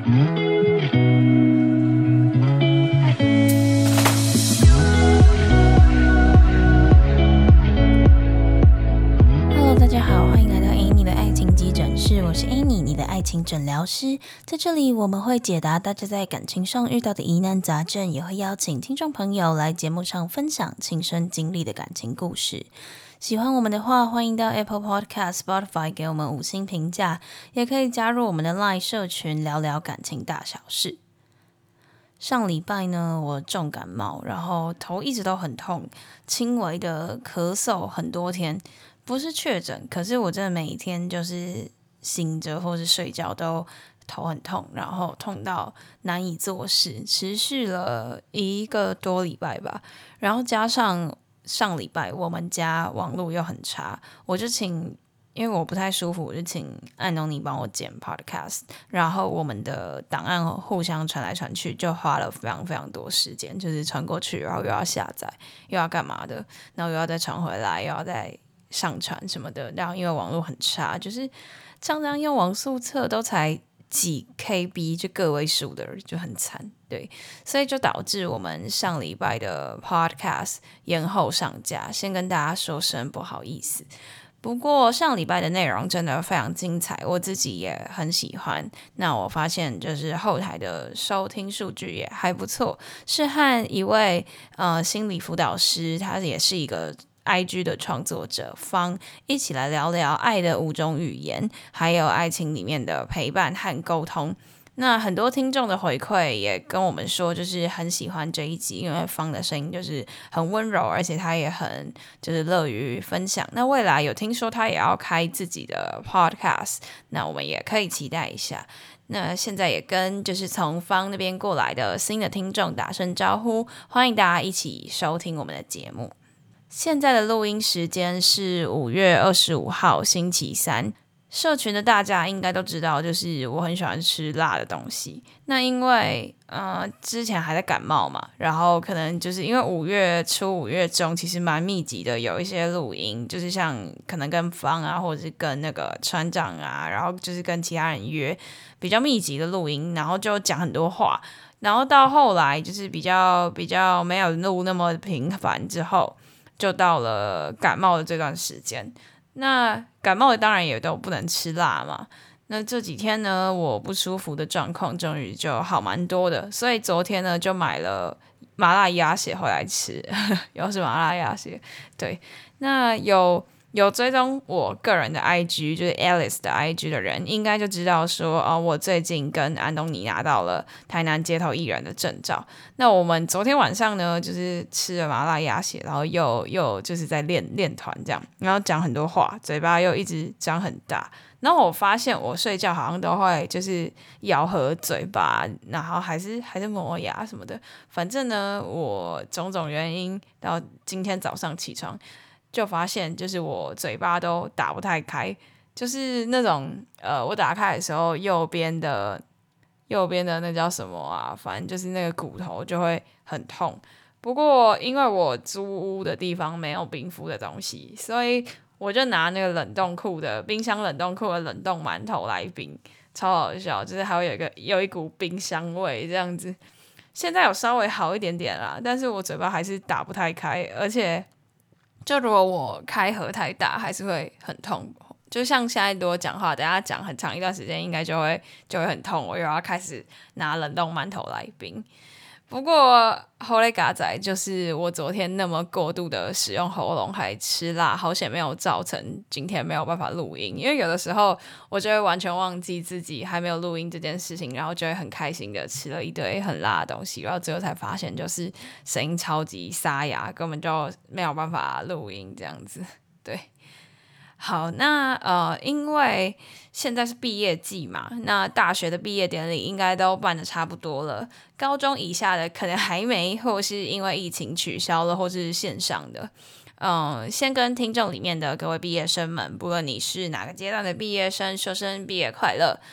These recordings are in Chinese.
大家好，欢迎来到 Annie 的爱情急诊室，我是 Annie， 你的爱情诊疗师。在这里我们会解答大家在感情上遇到的疑难杂症，也会邀请听众朋友来节目上分享亲身经历的感情故事。喜欢我们的话，欢迎到 Apple Podcast、Spotify 给我们5星评价，也可以加入我们的 LINE 社群聊聊感情大小事。上礼拜呢，我重感冒，然后头一直都很痛，轻微的咳嗽很多天。不是确诊，可是我真的每一天就是醒着或是睡觉都头很痛，然后痛到难以做事，持续了1个多礼拜吧。然后加上上礼拜我们家网络又很差，我就因为我不太舒服，我就请安东尼帮我剪 podcast， 然后我们的档案互相传来传去，就花了非常非常多时间，就是传过去，然后又要下载，又要干嘛的，然后又要再传回来，又要再上传什么的，然后因为网络很差，就是常常用网速测都才几 KB， 就个位数的就很惨，对，所以就导致我们上礼拜的 podcast 延后上架，先跟大家说声不好意思。不过上礼拜的内容真的非常精彩，我自己也很喜欢。那我发现就是后台的收听数据也还不错，是和一位心理辅导师，他也是一个IG 的创作者方一起来聊聊爱的5种语言，还有爱情里面的陪伴和沟通。那很多听众的回馈也跟我们说，就是很喜欢这一集，因为方的声音就是很温柔，而且他也很就是乐于分享。那未来有听说他也要开自己的 podcast， 那我们也可以期待一下。那现在也跟就是从方那边过来的新的听众打声招呼，欢迎大家一起收听我们的节目。现在的录音时间是5月25号星期三。社群的大家应该都知道，就是我很喜欢吃辣的东西。那因为之前还在感冒嘛，然后可能就是因为5月初5月中其实蛮密集的，有一些录音，就是像可能跟方啊，或者是跟那个船长啊，然后就是跟其他人约比较密集的录音，然后就讲很多话。然后到后来就是比较没有录那么频繁之后，就到了感冒的这段时间。那感冒的当然也都不能吃辣嘛。那这几天呢，我不舒服的状况终于就好蛮多的，所以昨天呢就买了麻辣鸭血回来吃，又是麻辣鸭血。对，那有追踪我个人的 IG， 就是 Alice 的 IG 的人，应该就知道说，我最近跟安东尼拿到了台南街头艺人的证照。那我们昨天晚上呢，就是吃了麻辣鸭血，然后又就是在练团这样，然后讲很多话，嘴巴又一直张很大。然后我发现我睡觉好像都会就是咬合嘴巴，然后还是磨牙什么的。反正呢，我种种原因到今天早上起床，就发现就是我嘴巴都打不太开，就是那种我打开的时候右边的那叫什么啊，反正就是那个骨头就会很痛。不过因为我租屋的地方没有冰敷的东西，所以我就拿那个冰箱冷冻库的冷冻馒头来冰，超好笑，就是还会有一股冰箱味这样子。现在有稍微好一点点啦，但是我嘴巴还是打不太开，而且就如果我开合太大，还是会很痛。就像现在如果讲话，等一下讲很长一段时间，应该就会很痛。我又要开始拿冷冻馒头来冰。不过后来嘎仔就是我昨天那么过度的使用喉咙还吃辣，好险没有造成今天没有办法录音。因为有的时候我就会完全忘记自己还没有录音这件事情，然后就会很开心的吃了一堆很辣的东西，然后最后才发现就是声音超级沙哑，根本就没有办法录音这样子。对，好，那因为现在是毕业季嘛，那大学的毕业典礼应该都办得差不多了，高中以下的可能还没，或是因为疫情取消了，或是线上的。先跟听众里面的各位毕业生们，不论你是哪个阶段的毕业生，说声毕业快乐。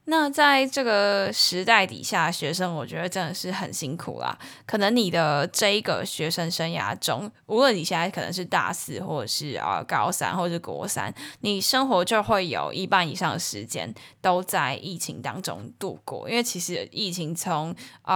那在这个时代底下，学生我觉得真的是很辛苦啦。可能你的这一个学生生涯中，无论你现在可能是大四，或者是高三，或者是国三，你生活就会有一半以上的时间都在疫情当中度过。因为其实疫情从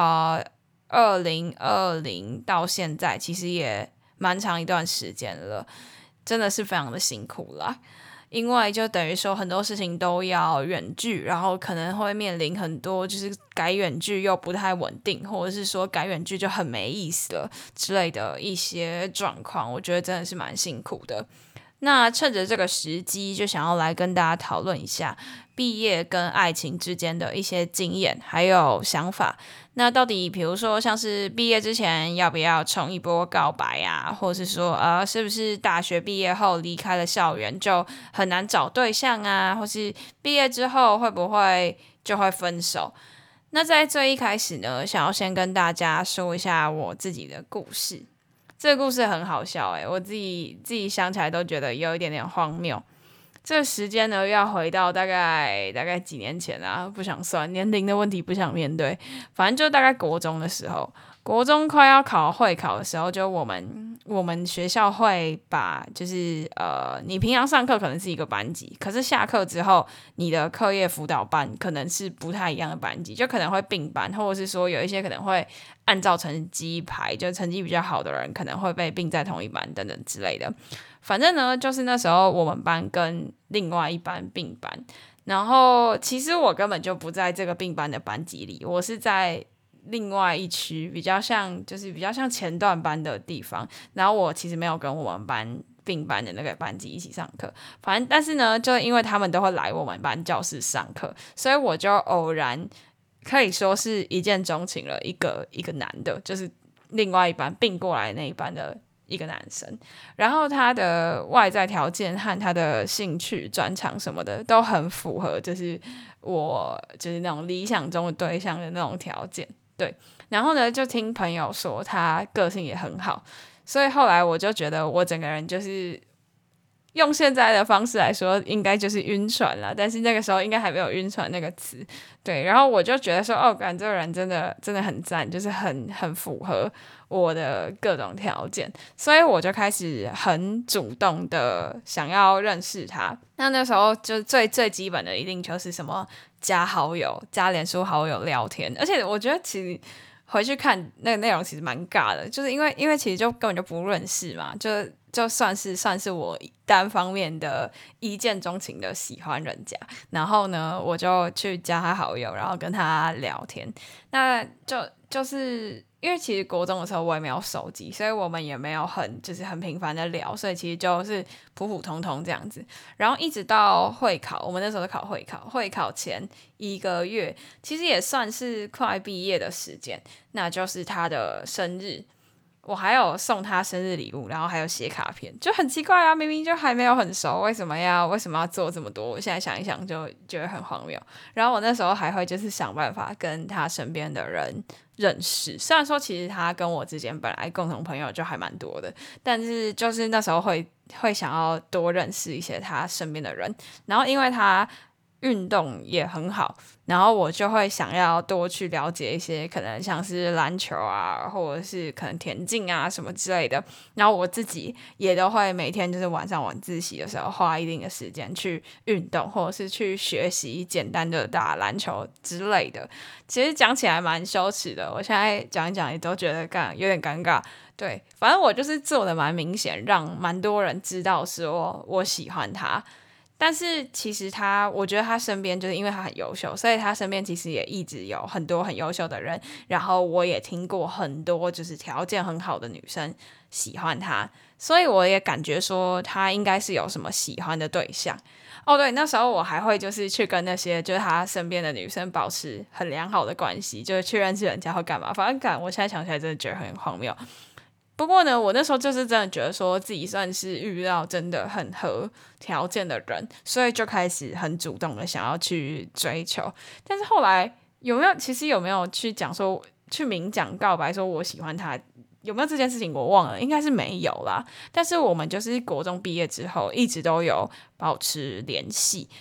2020到现在，其实也蛮长一段时间了，真的是非常的辛苦啦。因为就等于说很多事情都要远距，然后可能会面临很多就是改远距又不太稳定，或者是说改远距就很没意思了之类的一些状况，我觉得真的是蛮辛苦的。那趁着这个时机，就想要来跟大家讨论一下毕业跟爱情之间的一些经验还有想法。那到底比如说像是毕业之前要不要冲一波告白啊，或是说是不是大学毕业后离开了校园就很难找对象啊，或是毕业之后会不会就会分手。那在最一开始呢，想要先跟大家说一下我自己的故事。这个故事很好笑我自己想起来都觉得有一点点荒谬。这个时间呢，要回到大概几年前啊，不想算年龄的问题，不想面对。反正就大概国中的时候，国中快要考会考的时候，就我们学校会把就是你平常上课可能是一个班级，可是下课之后，你的课业辅导班可能是不太一样的班级，就可能会并班，或者是说有一些可能会按照成绩排，就成绩比较好的人可能会被并在同一班等等之类的。反正呢，就是那时候我们班跟另外一班并班，然后其实我根本就不在这个并班的班级里，我是在另外一区比较像前段班的地方，然后我其实没有跟我们班并班的那个班级一起上课，反正但是呢，就因为他们都会来我们班教室上课，所以我就偶然可以说是一见钟情了一个男的，就是另外一班并过来那一班的一个男生，然后他的外在条件和他的兴趣专长什么的都很符合，就是我就是那种理想中的对象的那种条件。对，然后呢，就听朋友说他个性也很好，所以后来我就觉得我整个人就是用现在的方式来说，应该就是晕船了，但是那个时候应该还没有晕船那个词。对，然后我就觉得说，感这个人真的很赞，就是很符合我的各种条件，所以我就开始很主动的想要认识他。那时候就最基本的一定就是什么加好友、加脸书好友聊天，而且我觉得其实回去看那个内容其实蛮尬的，就是因为其实就根本就不认识嘛，就算是我单方面的一见钟情的喜欢人家，然后呢，我就去加他好友，然后跟他聊天。那就是因为其实国中的时候我也没有手机，所以我们也没有很频繁的聊，所以其实就是普普通通这样子。然后一直到会考，我们那时候是考会考，会考前1个月，其实也算是快毕业的时间，那就是他的生日。我还有送他生日礼物，然后还有写卡片，就很奇怪啊，明明就还没有很熟，为什么要做这么多？我现在想一想就觉得很荒谬。然后我那时候还会就是想办法跟他身边的人认识，虽然说其实他跟我之间本来共同朋友就还蛮多的，但是就是那时候会想要多认识一些他身边的人，然后因为他运动也很好，然后我就会想要多去了解一些可能像是篮球啊，或者是可能田径啊什么之类的，然后我自己也都会每天就是晚上晚自习的时候花一定的时间去运动，或者是去学习简单的打篮球之类的。其实讲起来蛮羞耻的，我现在讲一讲也都觉得有点尴尬。对，反正我就是做的蛮明显，让蛮多人知道说我喜欢他。但是其实我觉得他身边就是因为他很优秀，所以他身边其实也一直有很多很优秀的人，然后我也听过很多就是条件很好的女生喜欢他，所以我也感觉说他应该是有什么喜欢的对象。对，那时候我还会就是去跟那些就是他身边的女生保持很良好的关系，就是去认识人家会干嘛，反正我现在想起来真的觉得很荒谬。不过呢，我那时候就是真的觉得说自己算是遇到真的很合条件的人，所以就开始很主动的想要去追求。但是后来有没有去讲说去明讲告白说我喜欢他，有没有这件事情我忘了，应该是没有啦。但是我们就是国中毕业之后一直都有保持联系。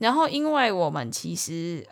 然后因为我们其实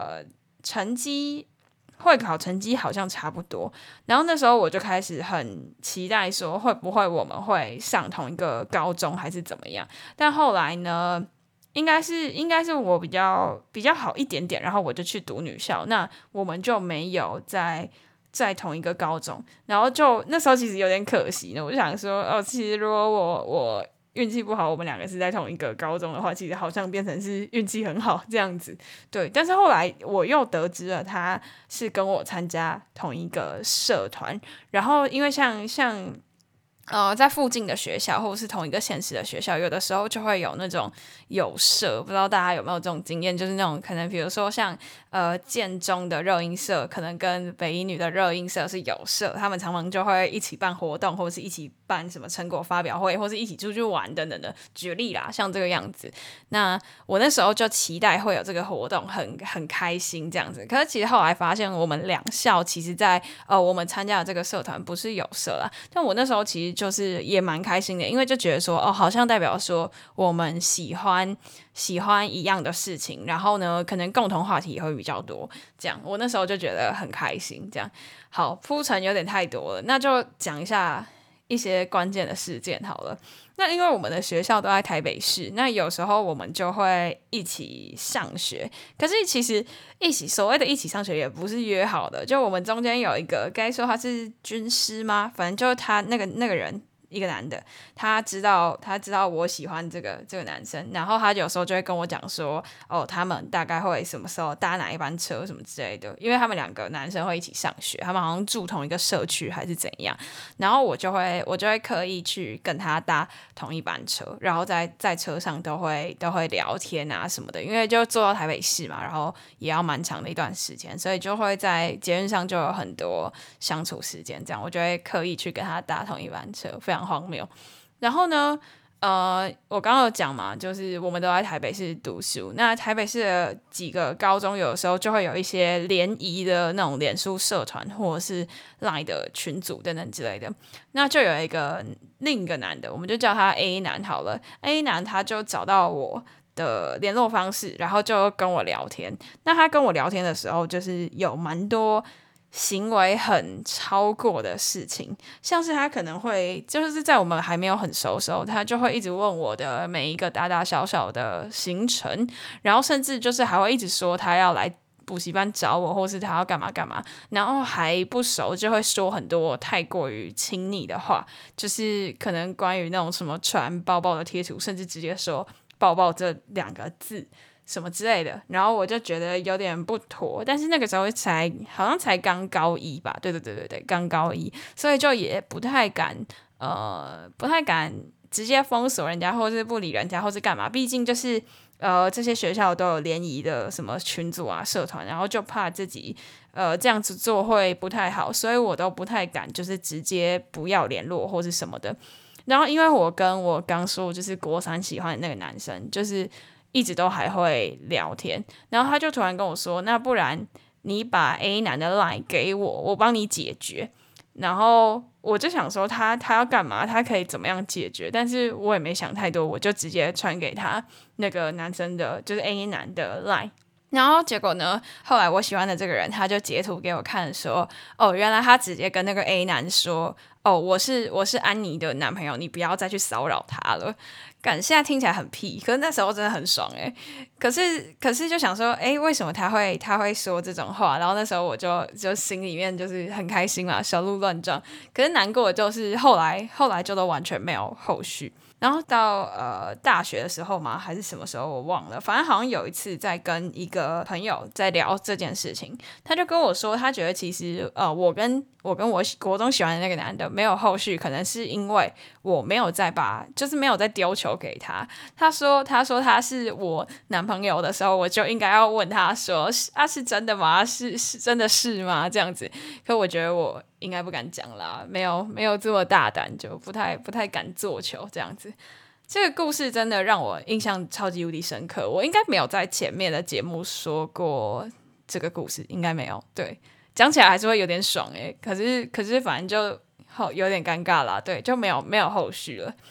会考成绩好像差不多，然后那时候我就开始很期待说会不会我们会上同一个高中还是怎么样，但后来呢应该是我比较好一点点，然后我就去读女校，那我们就没有在同一个高中，然后就那时候其实有点可惜呢，我就想说其实如果我运气不好，我们两个是在同一个高中的话，其实好像变成是运气很好这样子。对，但是后来我又得知了他是跟我参加同一个社团，然后因为像在附近的学校或者是同一个县市的学校，有的时候就会有那种有社，不知道大家有没有这种经验，就是那种可能比如说像建中的热音社可能跟北一女的热音社是有社，他们常常就会一起办活动，或者是一起办什么成果发表会，或是一起出去玩等等的，举例啦，像这个样子。那我那时候就期待会有这个活动，很开心这样子。可是其实后来发现，我们两校其实在我们参加的这个社团不是有社啦，但我那时候其实就是也蛮开心的，因为就觉得说好像代表说我们喜欢一样的事情，然后呢可能共同话题也会比较多，这样我那时候就觉得很开心。这样好，铺陈有点太多了，那就讲一下一些关键的事件好了。那因为我们的学校都在台北市，那有时候我们就会一起上学，可是其实所谓的一起上学也不是约好的，就我们中间有一个该说他是军师吗？反正就是他那个人，一个男的，他知道我喜欢这个男生，然后他有时候就会跟我讲说他们大概会什么时候搭哪一班车什么之类的，因为他们两个男生会一起上学，他们好像住同一个社区还是怎样，然后我就会刻意去跟他搭同一班车，然后在车上都会聊天啊什么的，因为就坐到台北市嘛，然后也要蛮长的一段时间，所以就会在捷运上就有很多相处时间，这样我就会刻意去跟他搭同一班车，非常荒谬。然后呢我刚刚有讲嘛，就是我们都在台北市读书，那台北市的几个高中有的时候就会有一些联谊的那种脸书社团或者是 LINE 的群组等等之类的，那就有另一个男的，我们就叫他 A 男好了。 A 男他就找到我的联络方式，然后就跟我聊天。那他跟我聊天的时候就是有蛮多行为很超过的事情，像是他可能会就是在我们还没有很熟的时候，他就会一直问我的每一个大大小小的行程，然后甚至就是还会一直说他要来补习班找我，或是他要干嘛干嘛，然后还不熟就会说很多太过于亲昵的话，就是可能关于那种什么传抱抱的贴图，甚至直接说抱抱这2个字什么之类的，然后我就觉得有点不妥，但是那个时候好像才刚高一吧，对，刚高一，所以就也不太敢直接封锁人家，或是不理人家，或是干嘛，毕竟就是这些学校都有联谊的什么群组啊社团，然后就怕自己这样子做会不太好，所以我都不太敢就是直接不要联络或是什么的。然后因为我跟我刚说就是国3喜欢的那个男生就是一直都还会聊天，然后他就突然跟我说，那不然你把 A 男的 LINE 给我，我帮你解决。然后我就想说他要干嘛，他可以怎么样解决，但是我也没想太多，我就直接传给他那个男生的就是 A 男的 LINE。然后结果呢，后来我喜欢的这个人他就截图给我看说，原来他直接跟那个 A 男说，我是安妮的男朋友，你不要再去骚扰他了。感现在听起来很屁，可是那时候真的很爽欸。可是就想说为什么他会说这种话，然后那时候我就心里面就是很开心嘛，小鹿乱撞。可是难过的就是后来就都完全没有后续。然后到大学的时候嘛，还是什么时候我忘了，反正好像有一次在跟一个朋友在聊这件事情，他就跟我说他觉得其实我跟我国中喜欢的那个男的没有后续，可能是因为我没有再就是没有再丢球给他。他说他是我男朋友的时候，我就应该要问他说是真的吗？是真的是吗？这样子。可我觉得我应该不敢讲啦，没有这么大胆，就不太敢做球这样子。这个故事真的让我印象超级无敌深刻，我应该没有在前面的节目说过这个故事，应该没有。对，讲起来还是会有点爽可是反正就有点尴尬啦，对，就没有后续了。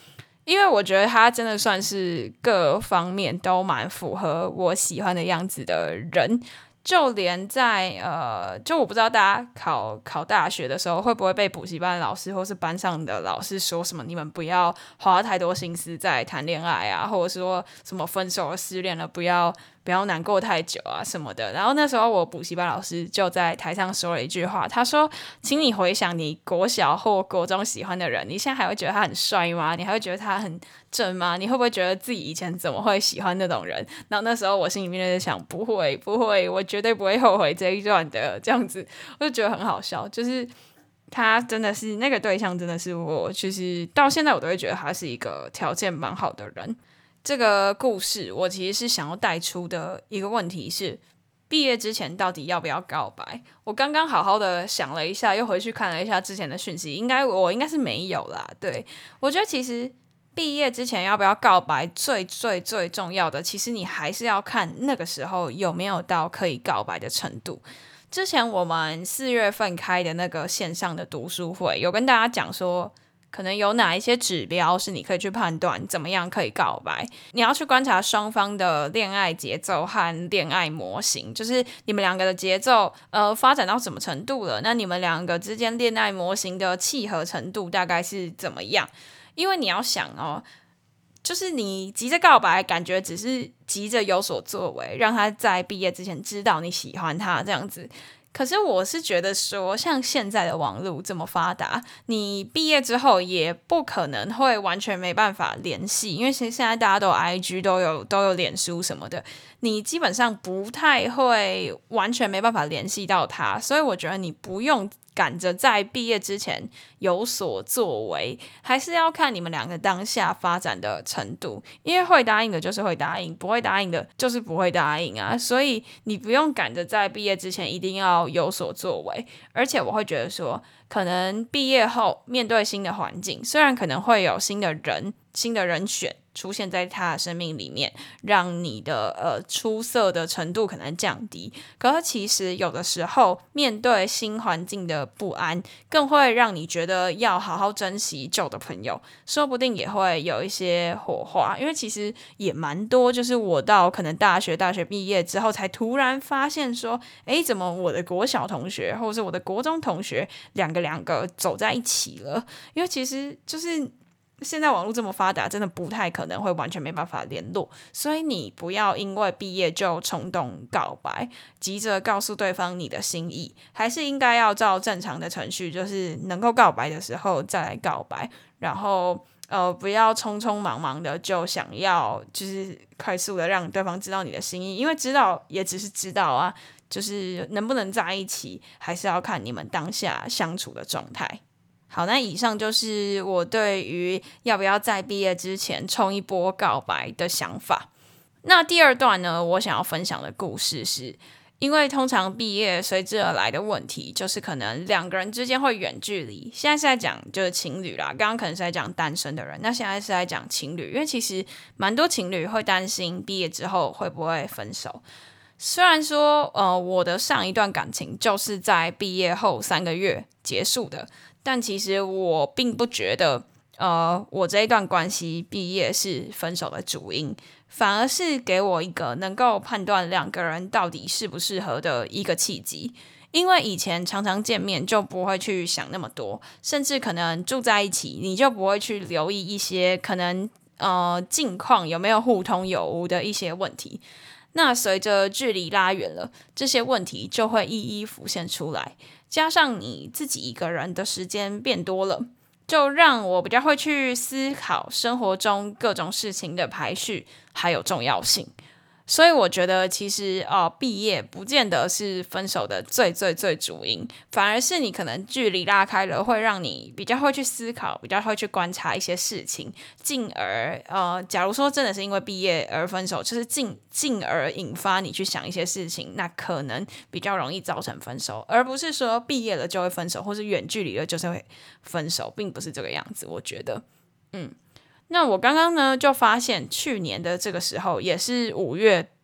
因为我觉得他真的算是各方面都蛮符合我喜欢的样子的人。就连在就我不知道大家考大学的时候会不会被补习班老师或是班上的老师说什么你们不要花太多心思在谈恋爱啊，或者说什么分手了失恋了不要难过太久啊什么的。然后那时候我补习班老师就在台上说了一句话，他说请你回想你国小或国中喜欢的人，你现在还会觉得他很帅吗？你还会觉得他很正吗？你会不会觉得自己以前怎么会喜欢那种人？然后那时候我心里面就在想不会，我绝对不会后悔这一段的，这样子我就觉得很好笑。就是他真的是那个对象真的是我就是到现在我都会觉得他是一个条件蛮好的人。这个故事我其实是想要带出的一个问题是毕业之前到底要不要告白。我刚刚好好的想了一下，又回去看了一下之前的讯息，我应该是没有啦。对，我觉得其实毕业之前要不要告白最重要的，其实你还是要看那个时候有没有到可以告白的程度。之前我们4月份开的那个线上的读书会有跟大家讲说可能有哪一些指标是你可以去判断怎么样可以告白。你要去观察双方的恋爱节奏和恋爱模型，就是你们两个的节奏发展到什么程度了，那你们两个之间恋爱模型的契合程度大概是怎么样。因为你要想哦，就是你急着告白，感觉只是急着有所作为，让他在毕业之前知道你喜欢他这样子。可是我是觉得说，像现在的网络这么发达，你毕业之后也不可能会完全没办法联系，因为现在大家都有 IG 都有脸书什么的，你基本上不太会完全没办法联系到他，所以我觉得你不用赶着在毕业之前有所作为，还是要看你们两个当下发展的程度，因为会答应的就是会答应，不会答应的就是不会答应啊，所以你不用赶着在毕业之前一定要有所作为。而且我会觉得说，可能毕业后面对新的环境，虽然可能会有新的人选出现在他的生命里面，让你的出色的程度可能降低。可是其实有的时候面对新环境的不安，更会让你觉得要好好珍惜旧的朋友，说不定也会有一些火花。因为其实也蛮多，就是我到可能大学毕业之后，才突然发现说，诶，怎么我的国小同学或者是我的国中同学两个走在一起了？因为其实就是现在网络这么发达，真的不太可能会完全没办法联络，所以你不要因为毕业就冲动告白，急着告诉对方你的心意，还是应该要照正常的程序，就是能够告白的时候再来告白，然后不要匆匆忙忙的就想要就是快速的让对方知道你的心意，因为知道也只是知道啊，就是能不能在一起，还是要看你们当下相处的状态。好，那以上就是我对于要不要在毕业之前冲一波告白的想法。那第二段呢，我想要分享的故事是，因为通常毕业随之而来的问题，就是可能两个人之间会远距离。现在是在讲就是情侣啦，刚刚可能是在讲单身的人，那现在是在讲情侣，因为其实蛮多情侣会担心毕业之后会不会分手。虽然说我的上一段感情就是在毕业后3个月结束的，但其实我并不觉得我这一段关系毕业是分手的主因，反而是给我一个能够判断两个人到底适不适合的一个契机。因为以前常常见面就不会去想那么多，甚至可能住在一起你就不会去留意一些可能近况有没有互通有无的一些问题。那随着距离拉远了，这些问题就会一一浮现出来，加上你自己一个人的时间变多了，就让我比较会去思考生活中各种事情的排序还有重要性。所以我觉得其实毕业不见得是分手的最主因，反而是你可能距离拉开了，会让你比较会去思考，比较会去观察一些事情，进而假如说真的是因为毕业而分手，就是进而引发你去想一些事情，那可能比较容易造成分手，而不是说毕业了就会分手，或是远距离了就是会分手，并不是这个样子。我觉得那我刚刚呢就发现去年的这个时候也是5月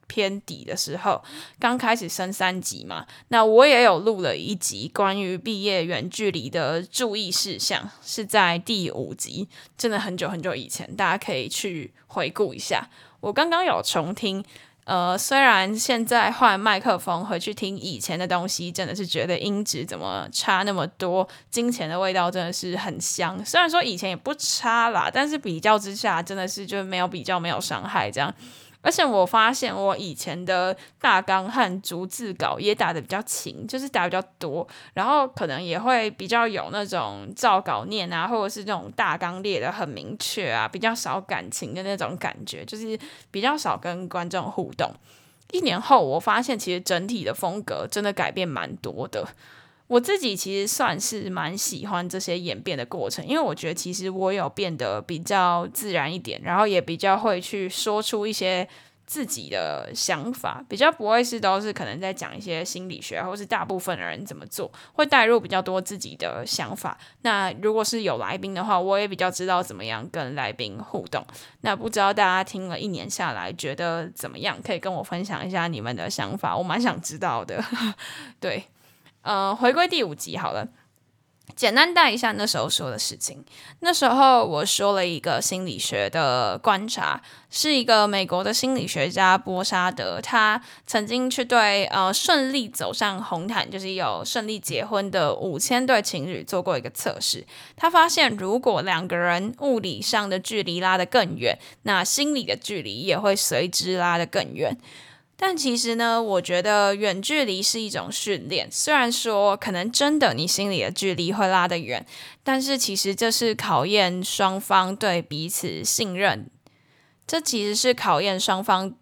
偏底的时候，刚开始升3级嘛，那我也有录了一集关于毕业远距离的注意事项，是在第5集，真的很久很久以前，大家可以去回顾一下。我刚刚有重听，虽然现在换麦克风回去听以前的东西，真的是觉得音质怎么差那么多，金钱的味道真的是很香。虽然说以前也不差啦，但是比较之下真的是就没有比较没有伤害这样。而且我发现我以前的大纲和逐字稿也打得比较勤，就是打比较多，然后可能也会比较有那种照稿念啊，或者是那种大纲列得很明确啊，比较少感情的那种感觉，就是比较少跟观众互动。1年后我发现其实整体的风格真的改变蛮多的。我自己其实算是蛮喜欢这些演变的过程，因为我觉得其实我有变得比较自然一点，然后也比较会去说出一些自己的想法，比较不会是都是可能在讲一些心理学，或是大部分的人怎么做，会带入比较多自己的想法。那如果是有来宾的话，我也比较知道怎么样跟来宾互动。那不知道大家听了1年下来觉得怎么样？可以跟我分享一下你们的想法，我蛮想知道的。对。回归第5集好了，简单带一下那时候说的事情。那时候我说了一个心理学的观察，是一个美国的心理学家波沙德，他曾经去对顺利走上红毯，就是有顺利结婚的5000对情侣做过一个测试。他发现，如果2个人物理上的距离拉得更远，那心理的距离也会随之拉得更远。但其实呢，我觉得远距离是一种训练。虽然说可能真的你心里的距离会拉得远，但是其实这是考验双方对彼此信任。这其实是考验双方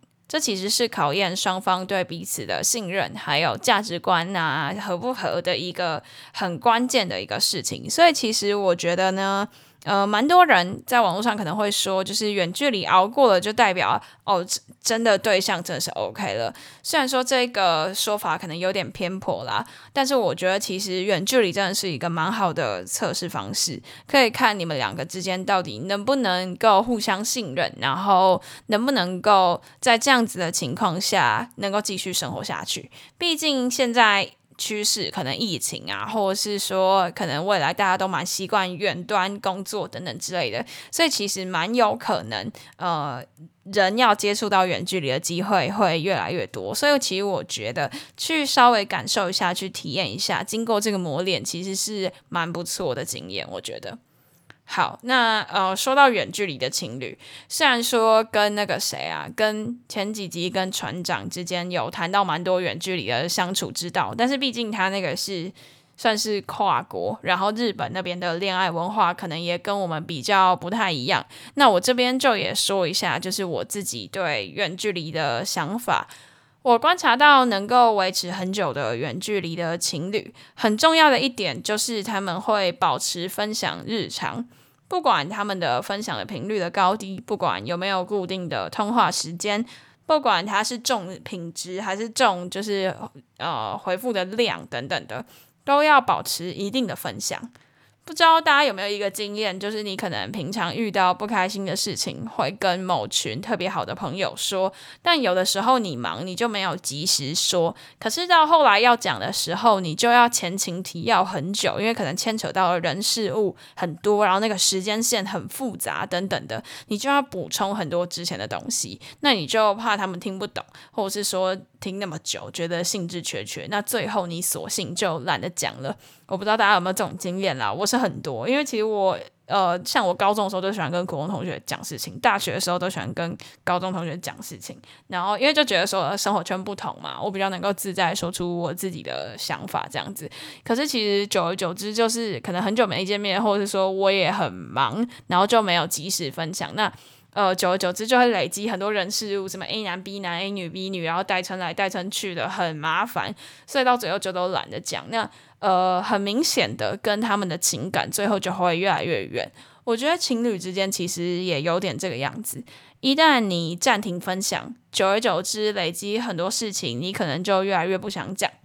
对彼此的信任，还有价值观啊合不合的一个很关键的一个事情。所以其实我觉得呢，蛮多人在网络上可能会说，就是远距离熬过了就代表真的对象真的是 OK 了。虽然说这个说法可能有点偏颇啦，但是我觉得其实远距离真的是一个蛮好的测试方式，可以看你们2个之间到底能不能够互相信任，然后能不能够在这样子的情况下能够继续生活下去。毕竟现在趋势可能疫情啊，或者是说可能未来大家都蛮习惯远端工作等等之类的，所以其实蛮有可能人要接触到远距离的机会会越来越多。所以其实我觉得去稍微感受一下，去体验一下，经过这个磨练，其实是蛮不错的经验，我觉得。好，那说到远距离的情侣，虽然说跟那个谁啊，跟前几集跟船长之间有谈到蛮多远距离的相处之道，但是毕竟他那个是算是跨国，然后日本那边的恋爱文化可能也跟我们比较不太一样。那我这边就也说一下，就是我自己对远距离的想法。我观察到能够维持很久的远距离的情侣，很重要的一点就是他们会保持分享日常，不管他们的分享的频率的高低，不管有没有固定的通话时间，不管它是重品质还是重就是回复的量等等的，都要保持一定的分享。不知道大家有没有一个经验，就是你可能平常遇到不开心的事情，会跟某群特别好的朋友说，但有的时候你忙，你就没有及时说，可是到后来要讲的时候，你就要前情提要很久，因为可能牵扯到的人事物很多，然后那个时间线很复杂等等的，你就要补充很多之前的东西，那你就怕他们听不懂，或者是说听那么久觉得兴致缺缺，那最后你索性就懒得讲了。我不知道大家有没有这种经验啦，我是很多，因为其实我像我高中的时候都喜欢跟国中同学讲事情，大学的时候都喜欢跟高中同学讲事情，然后因为就觉得说生活圈不同嘛，我比较能够自在说出我自己的想法这样子。可是其实久而久之，就是可能很久没见面，或者是说我也很忙，然后就没有及时分享，那久而久之就会累积很多人事物，什么 A 男 B 男 A 女 B 女，然后代称来代称去的，很麻烦，所以到最后就都懒得讲。那很明显的跟他们的情感最后就会越来越远。我觉得情侣之间其实也有点这个样子，一旦你暂停分享，久而久之累积很多事情，你可能就越来越不想讲。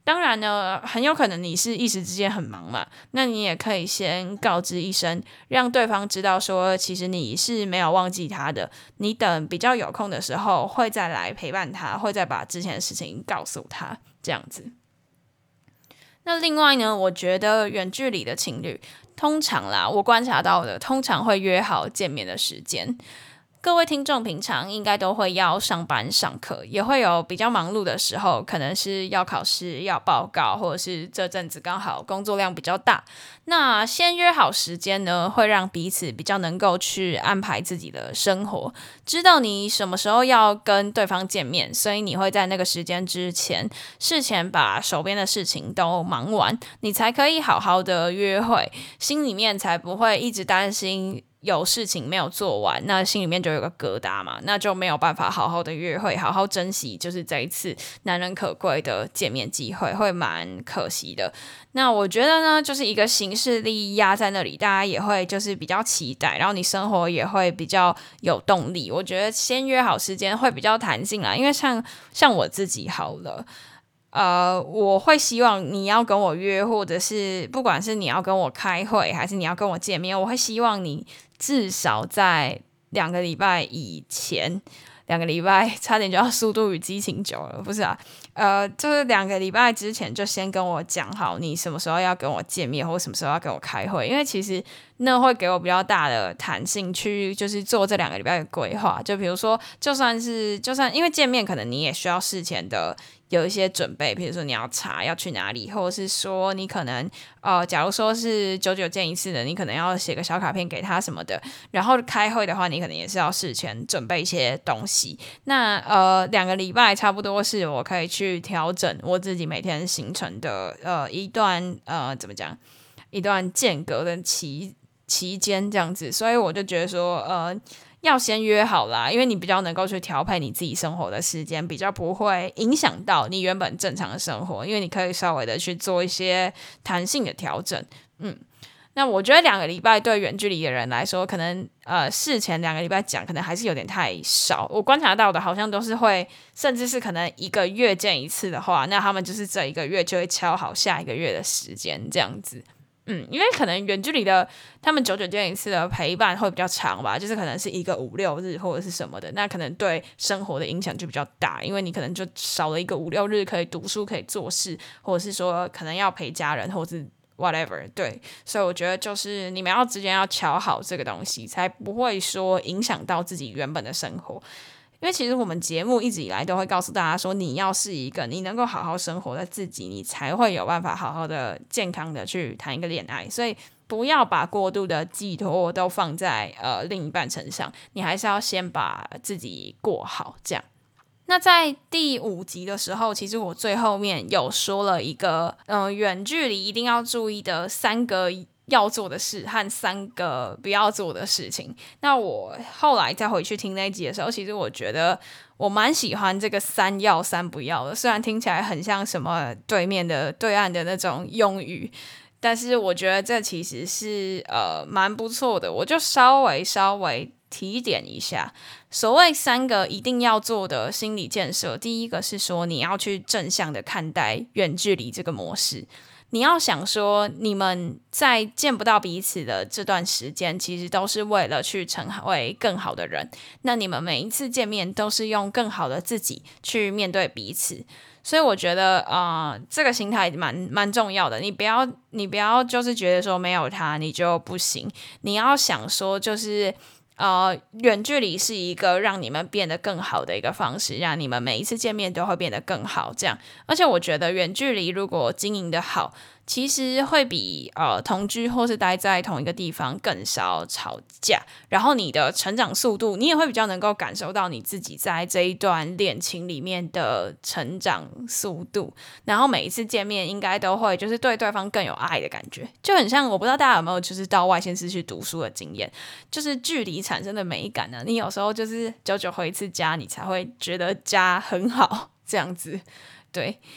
当然呢，很有可能你是一时之间很忙嘛，那你也可以先告知一声，让对方知道说其实你是没有忘记他的，你等比较有空的时候会再来陪伴他，会再把之前的事情告诉他，这样子。那另外呢，我觉得远距离的情侣通常啦，我观察到的通常会约好见面的时间。各位听众平常应该都会要上班上课，也会有比较忙碌的时候，可能是要考试要报告，或者是这阵子刚好工作量比较大。那先约好时间呢，会让彼此比较能够去安排自己的生活，知道你什么时候要跟对方见面，所以你会在那个时间之前，事前把手边的事情都忙完，你才可以好好的约会，心里面才不会一直担心有事情没有做完，那心里面就有个疙瘩嘛，那就没有办法好好的约会，好好珍惜就是这一次难能可贵的见面机会，会蛮可惜的。那我觉得呢，就是一个行事历压在那里，大家也会就是比较期待，然后你生活也会比较有动力。我觉得先约好时间会比较弹性啦，因为像我自己好了。我会希望你要跟我约，或者是不管是你要跟我开会，还是你要跟我见面，我会希望你至少在2个礼拜以前，2个礼拜差点就要《速度与激情9》了，不是啊？就是2个礼拜之前就先跟我讲好，你什么时候要跟我见面，或什么时候要跟我开会，因为其实那会给我比较大的弹性去就是做这2个礼拜的规划。就比如说，就算因为见面可能你也需要事前的有一些准备，比如说你要查要去哪里，或者是说你可能假如说是久久见一次的，你可能要写个小卡片给他什么的。然后开会的话，你可能也是要事前准备一些东西。那2个礼拜差不多是我可以去调整我自己每天行程的一段怎么讲，一段间隔的期间这样子，所以我就觉得说要先约好啦，因为你比较能够去调配你自己生活的时间，比较不会影响到你原本正常的生活，因为你可以稍微的去做一些弹性的调整。那我觉得2个礼拜对远距离的人来说，可能事前2个礼拜讲，可能还是有点太少。我观察到的好像都是会，甚至是可能1个月见一次的话，那他们就是这1个月就会敲好下1个月的时间这样子。因为可能远距离的他们久久见一次的陪伴会比较长吧，就是可能是1个5、6日或者是什么的，那可能对生活的影响就比较大，因为你可能就少了1个5、6日可以读书可以做事，或者是说可能要陪家人或者是 whatever。 对，所以我觉得就是你们之间要瞧好这个东西，才不会说影响到自己原本的生活。因为其实我们节目一直以来都会告诉大家说，你要是一个你能够好好生活的自己，你才会有办法好好的健康的去谈一个恋爱。所以不要把过度的寄托都放在另一半身上，你还是要先把自己过好这样。那在第5集的时候，其实我最后面有说了一个远距离一定要注意的3个要做的事和3个不要做的事情。那我后来再回去听那一集的时候，其实我觉得我蛮喜欢这个3要3不要的，虽然听起来很像什么对岸的那种用语，但是我觉得这其实是蛮不错的。我就稍微提点一下，所谓3个一定要做的心理建设，第一个是说你要去正向的看待远距离这个模式。你要想说，你们在见不到彼此的这段时间，其实都是为了去成为更好的人。那你们每一次见面，都是用更好的自己去面对彼此。所以我觉得，这个心态蛮重要的。你不要就是觉得说没有他你就不行。你要想说，就是远距离是一个让你们变得更好的一个方式，让你们每一次见面都会变得更好这样。而且我觉得远距离如果经营的好，其实会比同居或是待在同一个地方更少吵架，然后你的成长速度，你也会比较能够感受到你自己在这一段恋情里面的成长速度，然后每一次见面应该都会就是对对方更有爱的感觉，就很像我不知道大家有没有就是到外县市去读书的经验，就是距离产生的美感呢，你有时候就是久久回一次家，你才会觉得家很好这样子。对，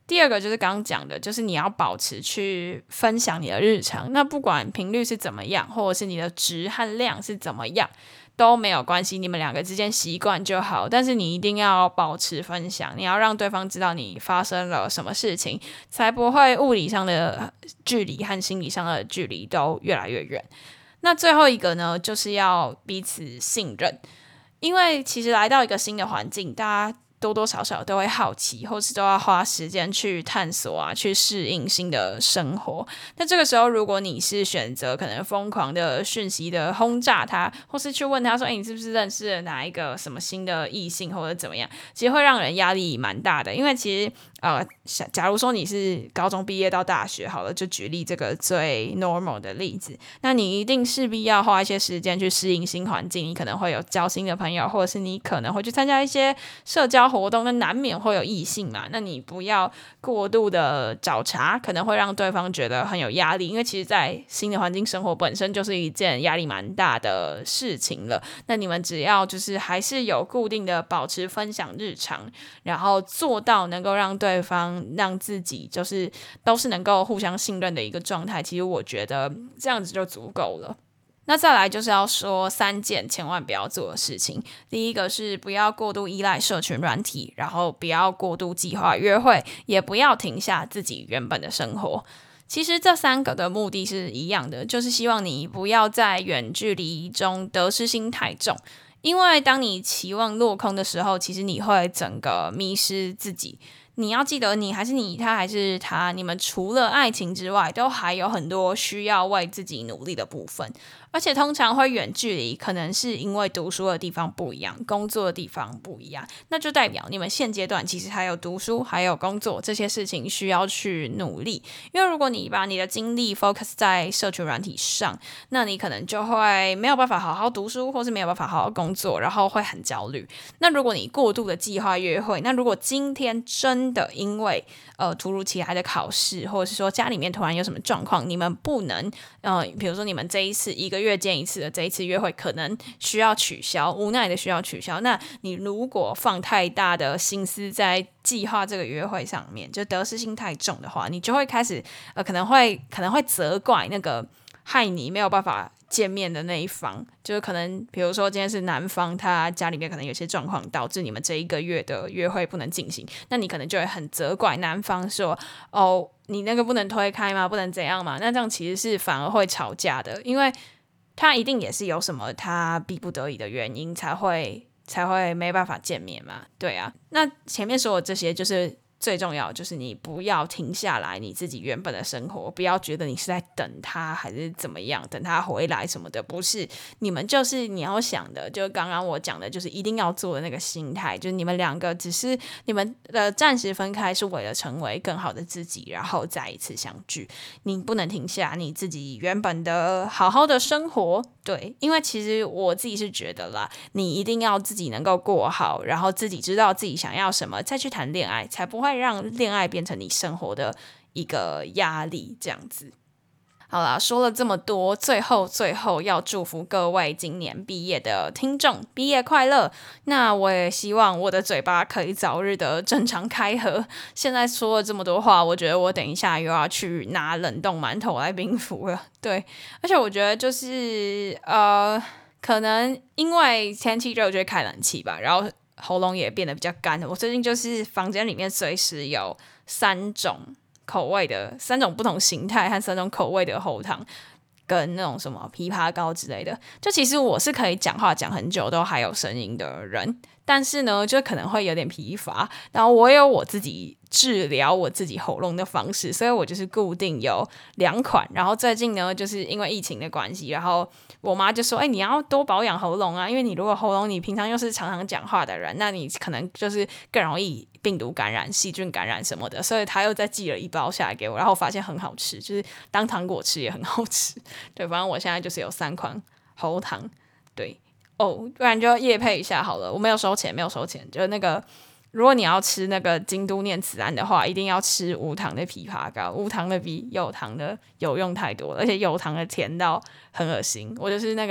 第二个就是刚刚讲的，就是你要保持去分享你的日常，那不管频率是怎么样，或者是你的质和量是怎么样都没有关系，你们两个之间习惯就好，但是你一定要保持分享，你要让对方知道你发生了什么事情，才不会物理上的距离和心理上的距离都越来越远。那最后一个呢，就是要彼此信任，因为其实来到一个新的环境，大家多多少少都会好奇，或是都要花时间去探索啊，去适应新的生活。那这个时候，如果你是选择可能疯狂的讯息的轰炸他，或是去问他说：“你是不是认识了哪一个什么新的异性，或者怎么样？”其实会让人压力蛮大的，因为其实假如说你是高中毕业到大学好了，就举例这个最 normal 的例子，那你一定势必要花一些时间去适应新环境，你可能会有交新的朋友，或者是你可能会去参加一些社交活动，那难免会有异性嘛，那你不要过度的找茬，可能会让对方觉得很有压力，因为其实在新的环境生活本身就是一件压力蛮大的事情了，那你们只要就是还是有固定的保持分享日常，然后做到能够让对方让自己就是都是能够互相信任的一个状态，其实我觉得这样子就足够了。那再来就是要说3件千万不要做的事情。第一个是不要过度依赖社群软体，然后不要过度计划约会，也不要停下自己原本的生活。其实这3个的目的是一样的，就是希望你不要在远距离中得失心太重，因为当你期望落空的时候，其实你会整个迷失自己。你要记得，你还是你，他还是他，你们除了爱情之外，都还有很多需要为自己努力的部分。而且通常会远距离，可能是因为读书的地方不一样，工作的地方不一样，那就代表你们现阶段其实还有读书，还有工作这些事情需要去努力。因为如果你把你的精力 focus 在社群软体上，那你可能就会没有办法好好读书，或是没有办法好好工作，然后会很焦虑。那如果你过度的计划约会，那如果今天真的因为突如其来的考试，或者是说家里面突然有什么状况，你们不能比如说你们这一次1个月见一次的这一次约会可能需要取消，无奈的需要取消，那你如果放太大的心思在计划这个约会上面，就得失心太重的话，你就会开始可能会责怪那个害你没有办法见面的那一方，就是可能比如说今天是男方，他家里面可能有些状况导致你们这1个月的约会不能进行，那你可能就会很责怪男方说你那个不能推开吗？不能怎样吗？那这样其实是反而会吵架的，因为他一定也是有什么他逼不得已的原因才会没办法见面嘛。对啊，那前面说的这些就是最重要，就是你不要停下来你自己原本的生活，不要觉得你是在等他还是怎么样，等他回来什么的，不是，你们就是你要想的，就刚刚我讲的，就是一定要做的那个心态，就是你们两个只是你们暂时分开是为了成为更好的自己，然后再一次相聚，你不能停下你自己原本的好好的生活。对，因为其实我自己是觉得啦，你一定要自己能够过好，然后自己知道自己想要什么，再去谈恋爱，才不会让恋爱变成你生活的一个压力，这样子。好啦，说了这么多，最后要祝福各位今年毕业的听众毕业快乐。那我也希望我的嘴巴可以早日的正常开合。现在说了这么多话，我觉得我等一下又要去拿冷冻馒头来冰敷了。对，而且我觉得就是可能因为天气热就会开冷气吧，然后喉咙也变得比较干。我最近就是房间里面随时有3种口味的3种不同形态和3种口味的喉糖跟那种什么枇杷膏之类的，就其实我是可以讲话讲很久都还有声音的人，但是呢就可能会有点疲乏，然后我有我自己治疗我自己喉咙的方式，所以我就是固定有2款，然后最近呢就是因为疫情的关系，然后我妈就说你要多保养喉咙啊，因为你如果喉咙你平常又是常常讲话的人，那你可能就是更容易病毒感染、细菌感染什么的，所以她又再寄了1包下来给我，然后我发现很好吃，就是当糖果吃也很好吃。对，反正我现在就是有3款喉糖。对不然就业配一下好了，我没有收钱，就是那个如果你要吃那个京都念慈庵的话，一定要吃无糖的枇杷膏，无糖的比有糖的有用太多了，而且有糖的甜到很恶心。我就是那个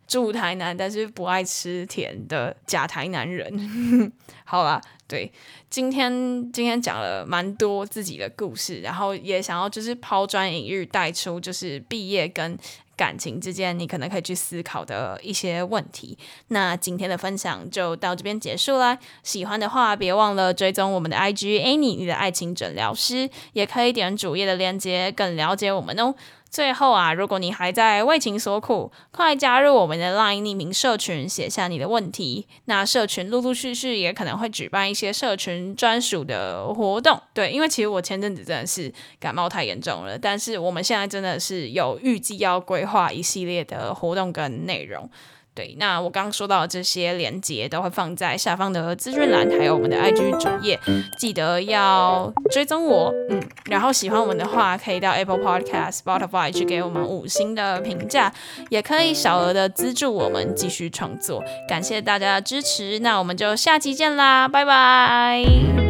住台南但是不爱吃甜的假台南人。好啦，对，今天讲了蛮多自己的故事，然后也想要就是抛砖引玉，带出就是毕业跟感情之间你可能可以去思考的一些问题。那今天的分享就到这边结束啦，喜欢的话别忘了追踪我们的 IG Annie 你的爱情诊疗师，也可以点主页的链接更了解我们哦。最后啊，如果你还在为情所苦，快加入我们的 LINE 匿名社群，写下你的问题。那社群陆陆续续也可能会举办一些社群专属的活动。对，因为其实我前阵子真的是感冒太严重了，但是我们现在真的是有预计要规划一系列的活动跟内容。对，那我刚刚说到的这些连结都会放在下方的资讯栏，还有我们的 IG 主页，记得要追踪我。然后喜欢我们的话，可以到 Apple Podcast、Spotify 去给我们5星的评价，也可以小额的资助我们继续创作。感谢大家的支持，那我们就下期见啦，拜拜。